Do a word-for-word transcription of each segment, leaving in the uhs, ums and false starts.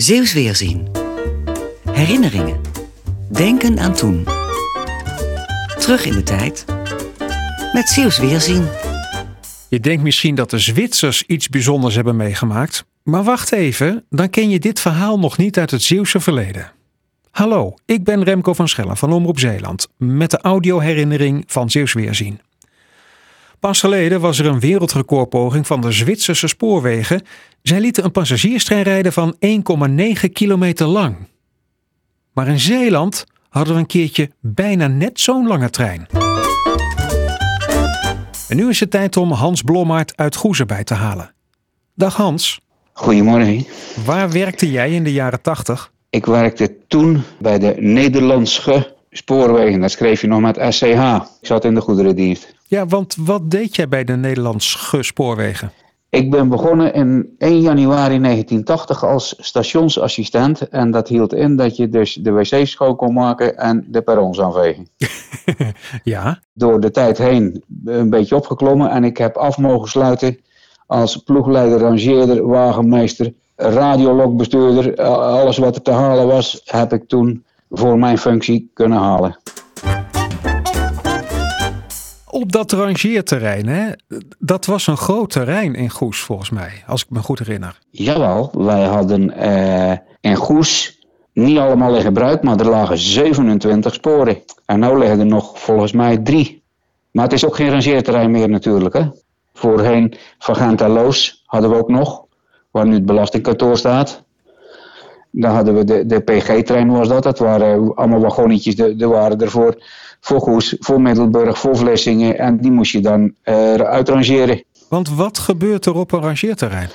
Zeeuws Weerzien. Herinneringen. Denken aan toen. Terug in de tijd. Met Zeeuws Weerzien. Je denkt misschien dat de Zwitsers iets bijzonders hebben meegemaakt. Maar wacht even, dan ken je dit verhaal nog niet uit het Zeeuwse verleden. Hallo, ik ben Remco van Schellen van Omroep Zeeland. Met de audioherinnering van Zeeuws Weerzien. Pas geleden was er een wereldrecordpoging van de Zwitserse spoorwegen. Zij lieten een passagierstrein rijden van één komma negen kilometer lang. Maar in Zeeland hadden we een keertje bijna net zo'n lange trein. En nu is het tijd om Hans Blommaert uit Goes erbij te halen. Dag Hans. Goedemorgen. Waar werkte jij in de jaren tachtig? Ik werkte toen bij de Nederlandse spoorwegen. Dat schreef je nog met S C H. Ik zat in de goederendienst. Ja, want wat deed jij bij de Nederlandse spoorwegen? Ik ben begonnen in één januari negentien tachtig als stationsassistent. En dat hield in dat je dus de wc's schoon kon maken en de perrons aanvegen. Ja? Door de tijd heen een beetje opgeklommen. En ik heb af mogen sluiten als ploegleider, rangeerder, wagenmeester, radiolokbestuurder. Alles wat er te halen was, heb ik toen voor mijn functie kunnen halen. Op dat rangeerterrein, hè? Dat was een groot terrein in Goes volgens mij, als ik me goed herinner. Jawel, wij hadden uh, in Goes niet allemaal in gebruik, maar er lagen zevenentwintig sporen. En nu liggen er nog volgens mij drie. Maar het is ook geen rangeerterrein meer natuurlijk, hè. Voorheen van Gent en Loos hadden we ook nog, waar nu het belastingkantoor staat. Dan hadden we de, de P G-trein was dat, dat waren allemaal wagonnetjes, die waren er voor, voor Goes, voor Middelburg, voor Vlissingen en die moest je dan uh, uitrangeren. Want wat gebeurt er op een rangeerterrein?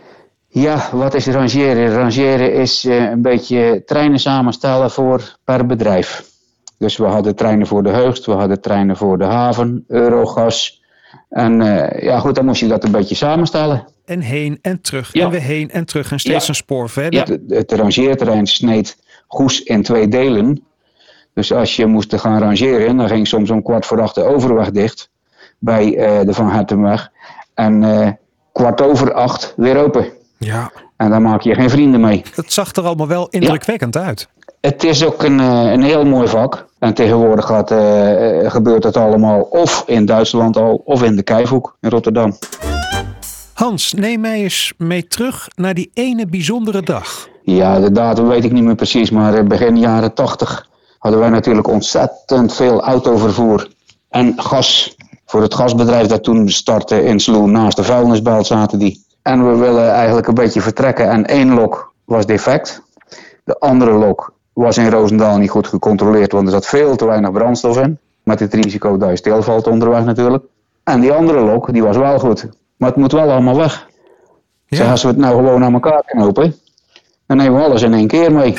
Ja, wat is rangeren? Rangeren is uh, een beetje treinen samenstellen voor per bedrijf. Dus we hadden treinen voor de Heugst, we hadden treinen voor de haven, Eurogas. En uh, ja goed, dan moest je dat een beetje samenstellen. En heen en terug, ja. en weer heen en terug en steeds ja. een spoor verder. Ja, het, het rangeerterrein sneed Goes in twee delen. Dus als je moest gaan rangeren, dan ging soms om kwart voor acht de overweg dicht. Bij uh, de Van Hertenweg. En uh, kwart over acht weer open. Ja. En daar maak je geen vrienden mee. Dat zag er allemaal wel indrukwekkend ja. uit. Het is ook een, een heel mooi vak. En tegenwoordig gaat, uh, gebeurt het allemaal of in Duitsland al, of in de Kijfhoek in Rotterdam. Hans, neem mij eens mee terug naar die ene bijzondere dag. Ja, de datum weet ik niet meer precies, maar begin jaren tachtig hadden wij natuurlijk ontzettend veel autovervoer en gas. Voor het gasbedrijf dat toen startte in Sloe, naast de vuilnisbelt zaten die. En we willen eigenlijk een beetje vertrekken en één lok was defect. De andere lok was in Roosendaal niet goed gecontroleerd, want er zat veel te weinig brandstof in. Met het risico dat je stilvalt onderweg natuurlijk. En die andere lok, die was wel goed. Maar het moet wel allemaal weg. Ja. Zeg, als we het nou gewoon aan elkaar knopen, dan nemen we alles in één keer mee.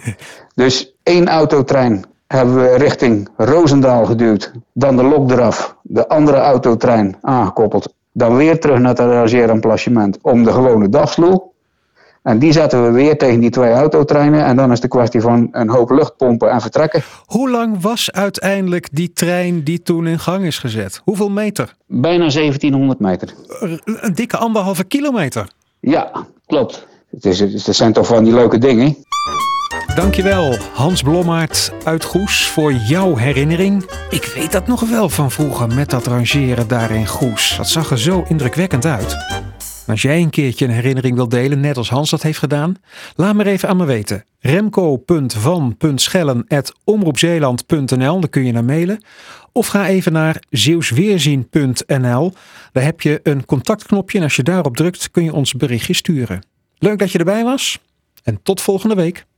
Dus één autotrein hebben we richting Roosendaal geduwd. Dan de lok eraf. De andere autotrein aangekoppeld. Dan weer terug naar het rangeeremplacement om de gewone dagsloe. En die zetten we weer tegen die twee autotreinen. En dan is het de kwestie van een hoop luchtpompen en vertrekken. Hoe lang was uiteindelijk die trein die toen in gang is gezet? Hoeveel meter? Bijna zeventienhonderd meter. Een dikke anderhalve kilometer. Ja, klopt. Het, is, het zijn toch van die leuke dingen. Dankjewel Hans Blommaert uit Goes voor jouw herinnering. Ik weet dat nog wel van vroeger met dat rangeren daar in Goes. Dat zag er zo indrukwekkend uit. Als jij een keertje een herinnering wilt delen, net als Hans dat heeft gedaan, laat me even aan me weten. remco punt van punt schellen apenstaartje omroepzeeland punt n l, daar kun je naar mailen. Of ga even naar zeeuwsweerzien punt n l. Daar heb je een contactknopje en als je daarop drukt kun je ons berichtje sturen. Leuk dat je erbij was en tot volgende week.